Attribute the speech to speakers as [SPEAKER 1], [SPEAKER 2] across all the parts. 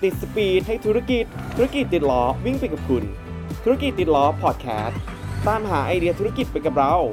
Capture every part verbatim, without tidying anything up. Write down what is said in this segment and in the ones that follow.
[SPEAKER 1] ติดสปีดให้ธุรกิจธุรกิจติดล้อวิ่งไปกับคุณธุรกิจติดล้อพอดแคสต์ตามหาไอเดียธุรกิจไปกับเรา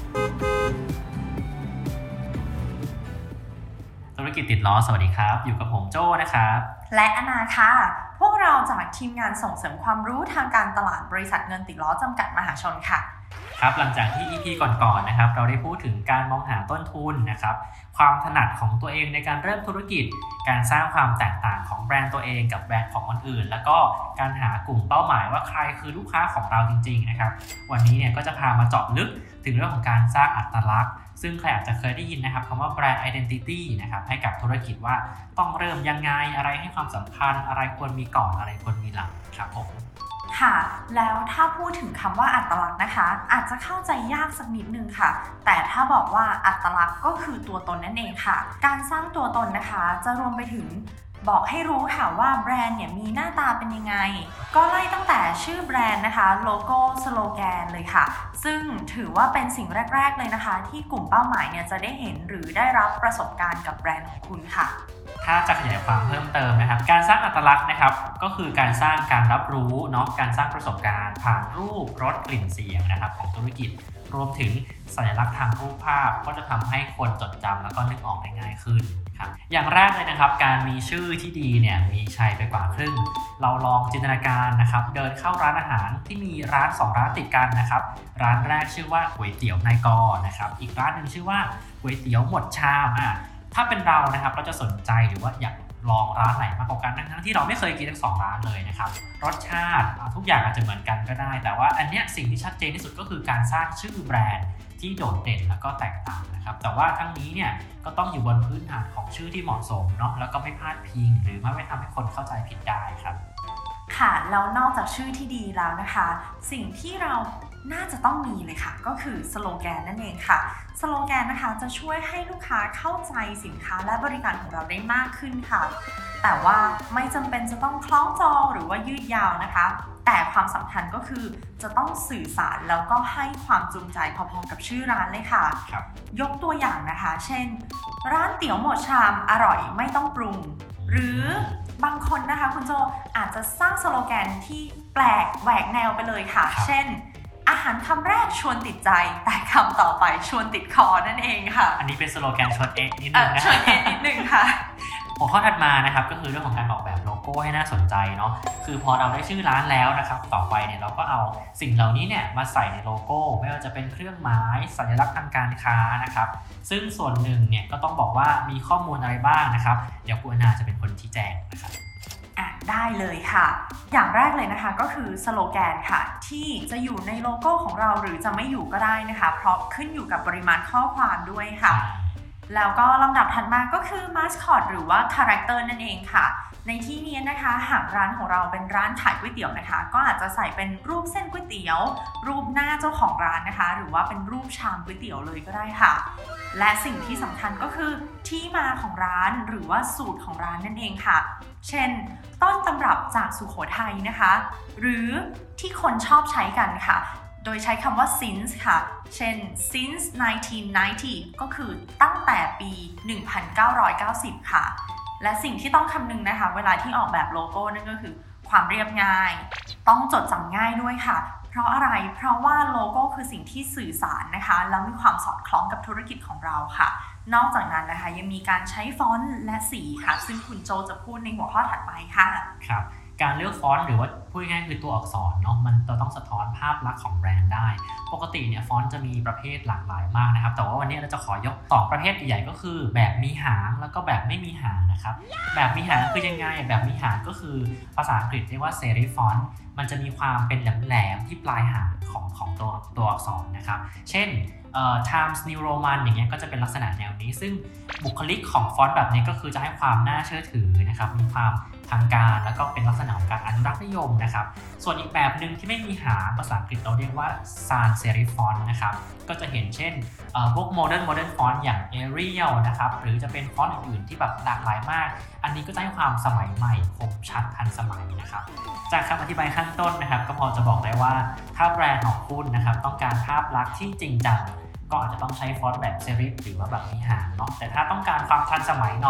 [SPEAKER 2] ธุรกิจติดล้อสวัสดีครับอยู่กับผมโจ้นะครับ
[SPEAKER 3] และอนาค่ะพวกเราจากทีมงานส่งเสริมความรู้ทางการตลาดบริษัทเงินติดล้อจำกัดมหาชนค่ะ
[SPEAKER 2] ครับหลังจากที่ อี พี ก่อนๆนะครับเราได้พูดถึงการมองหาต้นทุนนะครับความถนัดของตัวเองในการเริ่มธุรกิจการสร้างความแตกต่างของแบรนด์ตัวเองกับแบรนด์ของคนอื่นแล้วก็การหากลุ่มเป้าหมายว่าใครคือลูกค้าของเราจริงๆนะครับวันนี้เนี่ยก็จะพามาเจาะลึกถึงเรื่องของการสร้างอัตลักษณ์ซึ่งใครอาจจะเคยได้ยินนะครับคำว่าแบรนด์ identity นะครับให้กับธุรกิจว่าต้องเริ่มยังไงอะไรให้ความสำคัญอะไรควรมีก่อนอะไรควรมีหลังครับผม
[SPEAKER 3] ค่ะแล้วถ้าพูดถึงคำว่าอัตลักษณ์นะคะอาจจะเข้าใจยากสักนิดนึงค่ะแต่ถ้าบอกว่าอัตลักษณ์ก็คือตัวตนนั่นเองค่ะการสร้างตัวตนนะคะจะรวมไปถึงบอกให้รู้ค่ะว่าแบรนด์เนี่ยมีหน้าตาเป็นยังไงก็ไล่ตั้งแต่ชื่อแบรนด์นะคะโลโก้สโลแกนเลยค่ะซึ่งถือว่าเป็นสิ่งแรกๆเลยนะคะที่กลุ่มเป้าหมายเนี่ยจะได้เห็นหรือได้รับประสบการณ์กับแบรนด์ของคุณค่ะ
[SPEAKER 2] ถ้าจะขยายความเพิ่มเติมนะครับการสร้างอัตลักษณ์นะครับก็คือการสร้างการรับรู้เนาะการสร้างประสบการณ์ผ่านรูปรสกลิ่นเสียงนะครับของธุรกิจรวมถึงสัญลักษณ์ทางรูปภาพก็จะทำให้คนจดจำแล้วก็นึกออกได้ง่ายขึ้นครับอย่างแรกเลยนะครับการมีชื่อที่ดีเนี่ยมีชัยไปกว่าครึ่งเราลองจินตนาการนะครับเดินเข้าร้านอาหารที่มีร้านสองร้านติดกันนะครับร้านแรกชื่อว่าก๋วยเตี๋ยวนายกนะครับอีกร้านนึงชื่อว่าก๋วยเตี๋ยวหมดชามอ่ะถ้าเป็นเรานะครับเราจะสนใจหรือว่าอยากลองร้านไหนมากกว่ากันทั้งที่เราไม่เคยกินทั้งสองร้านเลยนะครับรสชาติทุกอย่างอาจจะเหมือนกันก็ได้แต่ว่าอันเนี้ยสิ่งที่ชัดเจนที่สุดก็คือการสร้างชื่อแบรนด์ที่โดดเด่นแล้วก็แตกต่างนะครับแต่ว่าทั้งนี้เนี่ยก็ต้องอยู่บนพื้นฐานของชื่อที่เหมาะสมเนาะแล้วก็ไม่พลาดพิงหรือไม่ทำให้คนเข้าใจผิดได้ครับ
[SPEAKER 3] ค่ะแล้วนอกจากชื่อที่ดีแล้วนะคะสิ่งที่เราน่าจะต้องมีเลยค่ะก็คือสโลแกนนั่นเองค่ะสโลแกนนะคะจะช่วยให้ลูกค้าเข้าใจสินค้าและบริการของเราได้มากขึ้นค่ะแต่ว่าไม่จำเป็นจะต้องคล้องจองหรือว่ายืดยาวนะคะแต่ความสำคัญก็คือจะต้องสื่อสารแล้วก็ให้ความจูงใจพอๆกับชื่อร้านเลยค่ะยกตัวอย่างนะคะเช่นร้านเตี๋ยวหมดชามอร่อยไม่ต้องปรุงหรือบางคนนะคะคุณโจอาจจะสร้างสโลแกนที่แปลกแหวกแนวไปเลยค่ะเช่นอาหารคำแรกชวนติดใจแต่คำต่อไปชวนติดคอนั่นเองค่ะ
[SPEAKER 2] อันนี้เป็นสโลแกนชวนเอ็กนิดนึงนะ
[SPEAKER 3] ชวนเอ็กนิดนึงค่ะ
[SPEAKER 2] หัวข้อถัดมานะครับก็คือเรื่องของการออกแบบโลโก้ให้น่าสนใจเนาะคือพอเราได้ชื่อร้านแล้วนะครับต่อไปเนี่ยเราก็เอาสิ่งเหล่านี้เนี่ยมาใส่ในโลโก้ไม่ว่าจะเป็นเครื่องหมายสัญลักษณ์ทางการค้านะครับซึ่งส่วนหนึ่งเนี่ยก็ต้องบอกว่ามีข้อมูลอะไรบ้างนะครับเดี๋ยวคุณอนาจะเป็นคนชี้แจงนะครับ
[SPEAKER 3] อ่ะได้เลยค่ะอย่างแรกเลยนะคะก็คือสโลแกนค่ะที่จะอยู่ในโลโก้ของเราหรือจะไม่อยู่ก็ได้นะคะเพราะขึ้นอยู่กับปริมาณข้อความด้วยค่ะแล้วก็ลำดับถัดมาก็คือมาสคอตหรือว่าคาแรคเตอร์นั่นเองค่ะในที่นี้นะคะหากร้านของเราเป็นร้านขายก๋วยเตี๋ยวนะคะก็อาจจะใส่เป็นรูปเส้นก๋วยเตี๋ยวรูปหน้าเจ้าของร้านนะคะหรือว่าเป็นรูปชามก๋วยเตี๋ยวเลยก็ได้ค่ะและสิ่งที่สำคัญก็คือที่มาของร้านหรือว่าสูตรของร้านนั่นเองค่ะเช่นต้นตำรับจากสุโขทัยนะคะหรือที่คนชอบใช้กันค่ะโดยใช้คำว่า since ค่ะเช่น since หนึ่งพันเก้าร้อยเก้าสิบ ก็คือตั้งแต่ปี หนึ่งพันเก้าร้อยเก้าสิบ ค่ะและสิ่งที่ต้องคำนึงนะคะเวลาที่ออกแบบโลโก้นั่นก็คือความเรียบง่ายต้องจดจำง่ายด้วยค่ะเพราะอะไรเพราะว่าโลโก้คือสิ่งที่สื่อสารนะคะแล้วมีความสอดคล้องกับธุรกิจของเราค่ะนอกจากนั้นนะคะยังมีการใช้ฟอนต์และสีค่ะซึ่งคุณโจจะพูดในหัวข้อถัดไปค่ะ
[SPEAKER 2] ครับการเลือกฟอนต์หรือว่าพูดง่ายๆคือตัวอักษรเนาะมันจะต้องสะท้อนภาพลักษณ์ของแบรนด์ได้ปกติเนี่ยฟอนต์จะมีประเภทหลากหลายมากนะครับแต่ว่าวันนี้เราจะขอยกสองประเภทใหญ่ๆก็คือแบบมีหางแล้วก็แบบไม่มีหางนะครับแบบมีหางคือยังไงแบบมีหางก็คือภาษาอังกฤษเรียกว่าเซริฟฟอนต์มันจะมีความเป็นแหลมๆที่ปลายหางของของตัวตัวอักษรนะครับเช่นเอ่อ Times New Roman อย่างเงี้ยก็จะเป็นลักษณะแนวนี้ซึ่งบุคลิกของฟอนต์แบบนี้ก็คือจะให้ความน่าเชื่อถือนะครับมีความทางการแล้วก็เป็นลักษณะของการอนุรักษ์นิยมนะครับส่วนอีกแบบหนึ่งที่ไม่มีหางภาษาอังกฤษเราเรียกว่า sans serif font นะครับก็จะเห็นเช่นพวก modern modern font อย่าง Arial นะครับหรือจะเป็นฟอนต์อื่นๆที่แบบหลากหลายมากอันนี้ก็จะให้ความสมัยใหม่คมชัดทันสมัยนะครับจากคำอธิบายข้างต้นนะครับก็พอจะบอกได้ว่าถ้าแบรนด์ของคุณนะครับต้องการภาพลักษณ์ที่จริงจังก็อาจจะต้องใช้ฟอนต์แบบเซริฟหรือว่าแบบมีหางเนาะแต่ถ้าต้องการความทันสมัยหน่อย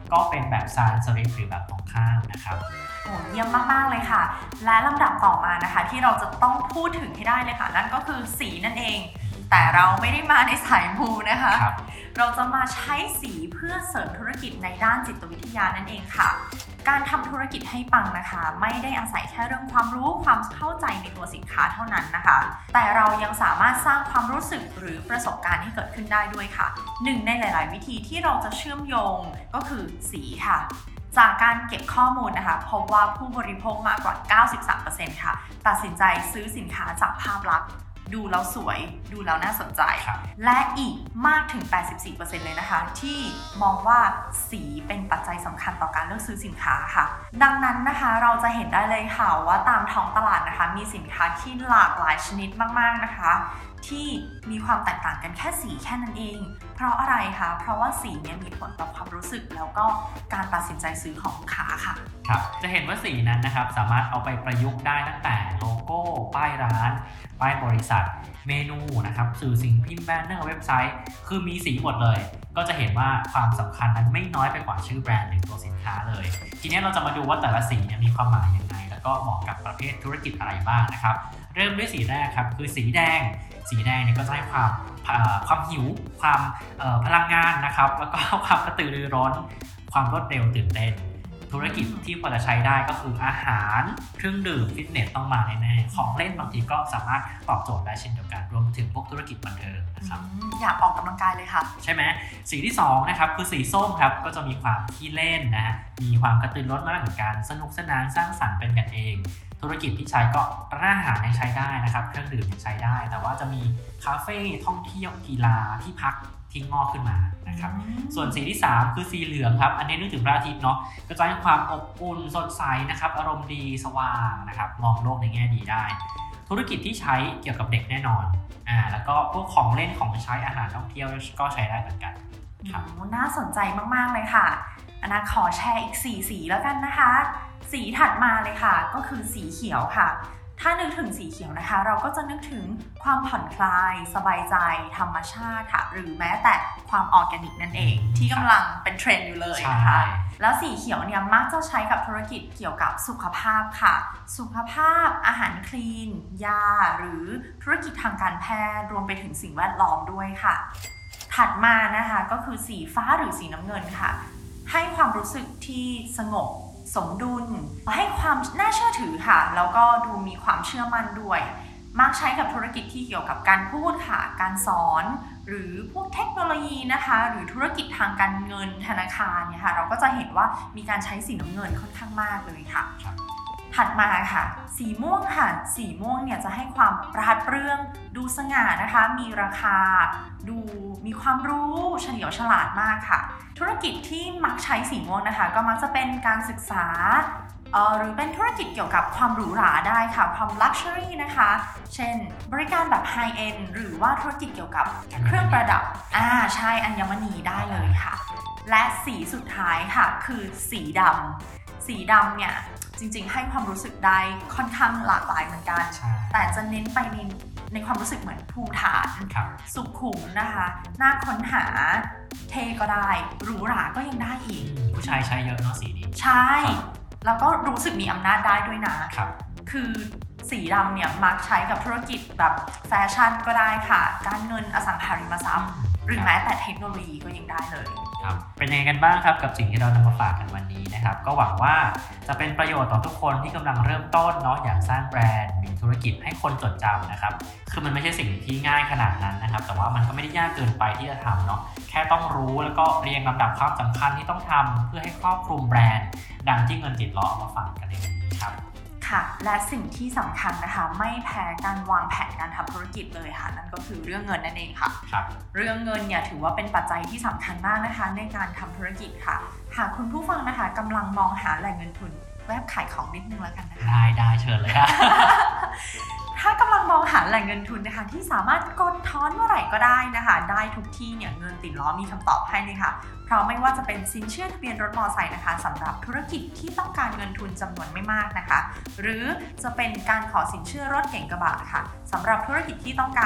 [SPEAKER 2] ก็เป็นแบบซานสริปหรือแบบตรงข้ามนะครับ
[SPEAKER 3] โอ้เยี่ยมมากๆเลยค่ะและลำดับต่อมานะคะที่เราจะต้องพูดถึงให้ได้เลยค่ะนั่นก็คือสีนั่นเองแต่เราไม่ได้มาในสายมูนะคะเราจะมาใช้สีเพื่อเสริมธุรกิจในด้านจิตวิทยานั่นเองค่ะการทำธุรกิจให้ปังนะคะไม่ได้อาศัยแค่เรื่องความรู้ความเข้าใจในตัวสินค้าเท่านั้นนะคะแต่เรายังสามารถสร้างความรู้สึกหรือประสบการณ์ให้เกิดขึ้นได้ด้วยค่ะหนึ่งในหลายๆวิธีที่เราจะเชื่อมโยงก็คือสีค่ะจากการเก็บข้อมูลนะคะพบว่าผู้บริโภคมากกว่า เก้าสิบสามเปอร์เซ็นต์ ค่ะตัดสินใจซื้อสินค้าจากภาพลักษณ์ดูแล้วสวยดูแล้วน่าสนใจและอีกมากถึง แปดสิบสี่เปอร์เซ็นต์ เลยนะคะที่มองว่าสีเป็นปัจจัยสำคัญต่อการเลือกซื้อสินค้าค่ะดังนั้นนะคะเราจะเห็นได้เลยค่ะว่าตามท้องตลาดนะคะมีสินค้าที่หลากหลายชนิดมากๆนะคะที่มีความแตกต่างกันแค่สีแค่นั้นเองเพราะอะไรคะเพราะว่าสีเนี่ยมีผลต่อความรู้สึกแล้วก็การตัดสินใจซื้อของลูกค้าค่ะ
[SPEAKER 2] ครับจะเห็นว่าสีนั้นนะครับสามารถเอาไปประยุกต์ได้ตั้งแต่โลโก้ป้ายร้านป้ายบริษัทเมนูนะครับสื่อสิ่งพิมพ์แบนเนอร์เว็บไซต์คือมีสีหมดเลยก็จะเห็นว่าความสำคัญนั้นไม่น้อยไปกว่าชื่อแบรนด์หรือตัวสินค้าเลยทีนี้เราจะมาดูว่าแต่ละสีเนี่ยมีความหมายยังไงแล้วก็เหมาะกับประเภทธุรกิจอะไรบ้างนะครับเริ่มด้วยสีแรกครับคือสีแดงสีแดงเนี่ยก็จะให้ความความหิวความพลังงานนะครับแล้วก็ความกระตือรือร้นความรวดเร็วตื่นเต้นธุรกิจที่พอจะใช้ได้ก็คืออาหารเครื่องดื่มฟิตเนสต้องมาแน่ๆของเล่นบางทีก็สามารถตอบโจทย์ได้เช่นเดียวกันรวมถึงพวกธุรกิจบันเทิงนะครับ
[SPEAKER 3] อยากออกกำลังกายเลยค่ะ
[SPEAKER 2] ใช่ไหมสีที่สองนะครับคือสีส้มครับก็จะมีความขี้เล่นนะมีความกระตือรือร้นมากเหมือนกันสนุกสนานสร้างสรรค์เป็นกันเองธุรกิจที่ใช้ก็ร้านอาหารยังใช้ได้นะครับเครื่องดื่มยังใช้ได้แต่ว่าจะมีคาเฟ่ท่องเที่ยวกีฬาที่พักที่งอกขึ้นมานะครับส่วนสีที่สามคือสีเหลืองครับอันนี้นึกถึงพระอาทิตย์เนาะก็จะให้ความอบอุ่นสดใสนะครับอารมณ์ดีสว่างนะครับมองโลกในแง่ดีได้ธุรกิจที่ใช้เกี่ยวกับเด็กแน่นอนอ่าแล้วก็พวกของเล่นของใช้อาหารท่องเที่ยวก็ใช้ได้เหมือนกัน
[SPEAKER 3] ครับน่าสนใจมากๆเลยค่ะอันนะขอแชร์อีกสี่สีแล้วกันนะคะสีถัดมาเลยค่ะก็คือสีเขียวค่ะถ้านึกถึงสีเขียวนะคะเราก็จะนึกถึงความผ่อนคลายสบายใจธรรมชาติค่ะหรือแม้แต่ความออร์แกนิกนั่นเองที่กำลังเป็นเทรนด์อยู่เลยนะคะแล้วสีเขียวเนี่ยมักจะใช้กับธุรกิจเกี่ยวกับสุขภาพค่ะสุขภาพอาหารคลีนยาหรือธุรกิจทางการแพทย์รวมไปถึงสิ่งแวดล้อมด้วยค่ะถัดมานะคะก็คือสีฟ้าหรือสีน้ำเงินค่ะให้ความรู้สึกที่สงบสมดุลให้ความน่าเชื่อถือค่ะแล้วก็ดูมีความเชื่อมั่นด้วยมักใช้กับธุรกิจที่เกี่ยวกับการพูดค่ะการสอนหรือพวกเทคโนโลยีนะคะหรือธุรกิจทางการเงินธนาคารเนี่ยค่ะเราก็จะเห็นว่ามีการใช้สีน้ำเงินค่อนข้างมากเลยค่ะถัดมาค่ะสีม่วงค่ะสีม่วงเนี่ยจะให้ความปราดเปรื่องดูสง่านะคะมีราคาดูมีความรู้เฉลียวฉลาดมากค่ะธุรกิจที่มักใช้สีม่วงนะคะก็มักจะเป็นการศึกษาเอ่อหรือเป็นธุรกิจเกี่ยวกับความหรูหราได้ค่ะความ luxury นะคะเช่นบริการแบบ high end หรือว่าธุรกิจเกี่ยวกับเครื่องประดับอ่าใช่อัญมณีได้เลยค่ะและสีสุดท้ายค่ะคือสีดำสีดำเนี่ยจริงๆให้ความรู้สึกได้ค่อนข้างหลากหลายเหมือนกันแต่จะเน้นไปในในความรู้สึกเหมือนภูมิฐานสุขุมนะคะน่าค้นหาเท่ก็ได้หรูหราก็ยังได้อีก
[SPEAKER 2] ผู้ชายใช้เยอะเนาะสีนี้
[SPEAKER 3] ใช่แล้วก็รู้สึกมีอำนาจได้ด้วยนะคือสีดำเนี่ยมักใช้กับธุรกิจแบบแฟชั่นก็ได้ค่ะการเงินอสังหาริมทรัพย์หรือแม้แต่เทคโนโลยีก็ยังได้เลย
[SPEAKER 2] ครับเป็นยังไงกันบ้างครับกับสิ่งที่เรานำมาฝากกันวันนี้นะครับก็หวังว่าจะเป็นประโยชน์ต่อทุกคนที่กำลังเริ่มต้นเนาะอยากสร้างแบรนด์มีธุรกิจให้คนจดจำนะครับคือมันไม่ใช่สิ่งที่ง่ายขนาดนั้นนะครับแต่ว่ามันก็ไม่ได้ยากเกินไปที่จะทำเนาะแค่ต้องรู้แล้วก็เรียงลำดับความสำคัญที่ต้องทำเพื่อให้ครอบคลุมแบรนด์ดังที่เงินติดล้อเอามาฝากกันในวันนี้ครับ
[SPEAKER 3] ค่ะและสิ่งที่สำคัญนะคะไม่แพ้การวางแผนการทำธุรกิจเลยค่ะนั่นก็คือเรื่องเงินนั่นเองค่ะ
[SPEAKER 2] ครับ
[SPEAKER 3] เรื่องเงินเนี่ยถือว่าเป็นปัจจัยที่สำคัญมากนะคะในการทำธุรกิจค่ะหากคุณผู้ฟังนะคะกำลังมองหาแหล่งเงินทุนแวบขายของนิดนึงแล้วกันนะคะ
[SPEAKER 2] ได้ได้เชิญเลยค่ะ
[SPEAKER 3] ถ้ากำลังมองหาแหล่งเงินทุนนะคะที่สามารถกดถอนเมื่อไหร่ก็ได้นะคะได้ทุกที่เนี่ยเงินติดล้อมีคำตอบให้เลยค่ะเพราะไม่ว่าจะเป็นสินเชื่อทะเบียนรถมอเตอร์ไซค์นะคะสำหรับธุรกิจที่ต้องการเงินทุนจำนวนไม่มากนะคะหรือจะเป็นการขอสินเชื่อรถเก๋งกระบะค่ะสำหรับธุรกิจที่ต้องการ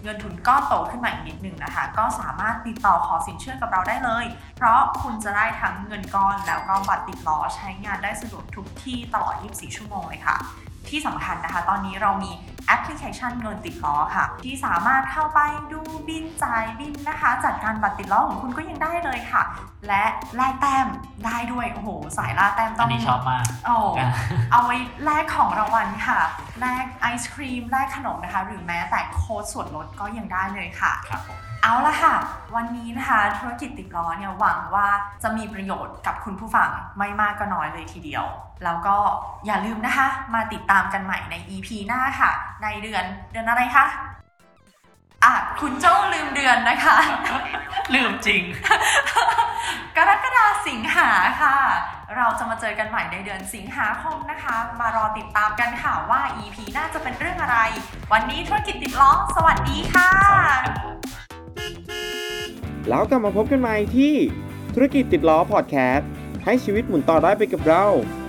[SPEAKER 3] เงินทุนก้อนโตขึ้นมาอีกนิดนึงนะคะก็สามารถติดต่อขอสินเชื่อกับเราได้เลยเพราะคุณจะได้ทั้งเงินก้อนแล้วก็บัตรติดล้อใช้งานได้สะดวกทุกที่ตลอดยี่สิบสี่ชั่วโมงเลยค่ะที่สำคัญนะคะตอนนี้เรามีแอปพลิเคชันเงินติดล้อค่ะที่สามารถเข้าไปดูบินจ่ายบินนะคะจัดการบัตรติดล้อของคุณก็ยังได้เลยค่ะและแลกแต้มได้ด้วยโอ้โหสายล่าแต้มต้อง
[SPEAKER 2] อันนี้ชอบมาก
[SPEAKER 3] โอ้เอาไว้แลกของรางวัลค่ะแลกไอศครีมแลกขนมนะคะหรือแม้แต่โค้ดส่วนลดก็ยังได้เลยค่ะ
[SPEAKER 2] ครับ
[SPEAKER 3] เอาละค่ะวันนี้นะคะธุรกิจติดล้อเนี่ยหวังว่าจะมีประโยชน์กับคุณผู้ฟังไม่มากก็น้อยเลยทีเดียวแล้วก็อย่าลืมนะคะมาติดตามกันใหม่ใน อี พี หน้าค่ะในเดือนเดือนอะไรคะอ่ะคุณโจ้ลืมเดือนนะคะ
[SPEAKER 2] ลืมจริง
[SPEAKER 3] กรกฎาคมสิงหาค่ะเราจะมาเจอกันใหม่ในเดือนสิงหาคมนะคะมารอติดตามกันค่ะว่า อี พี หน้าจะเป็นเรื่องอะไรวันนี้ธุรกิจติดล้อสวัสดีค่ะ
[SPEAKER 1] แล้วกลับมาพบกันใหม่ที่ธุรกิจติดล้อพอดแคสต์ให้ชีวิตหมุนต่อได้ไปกับเรา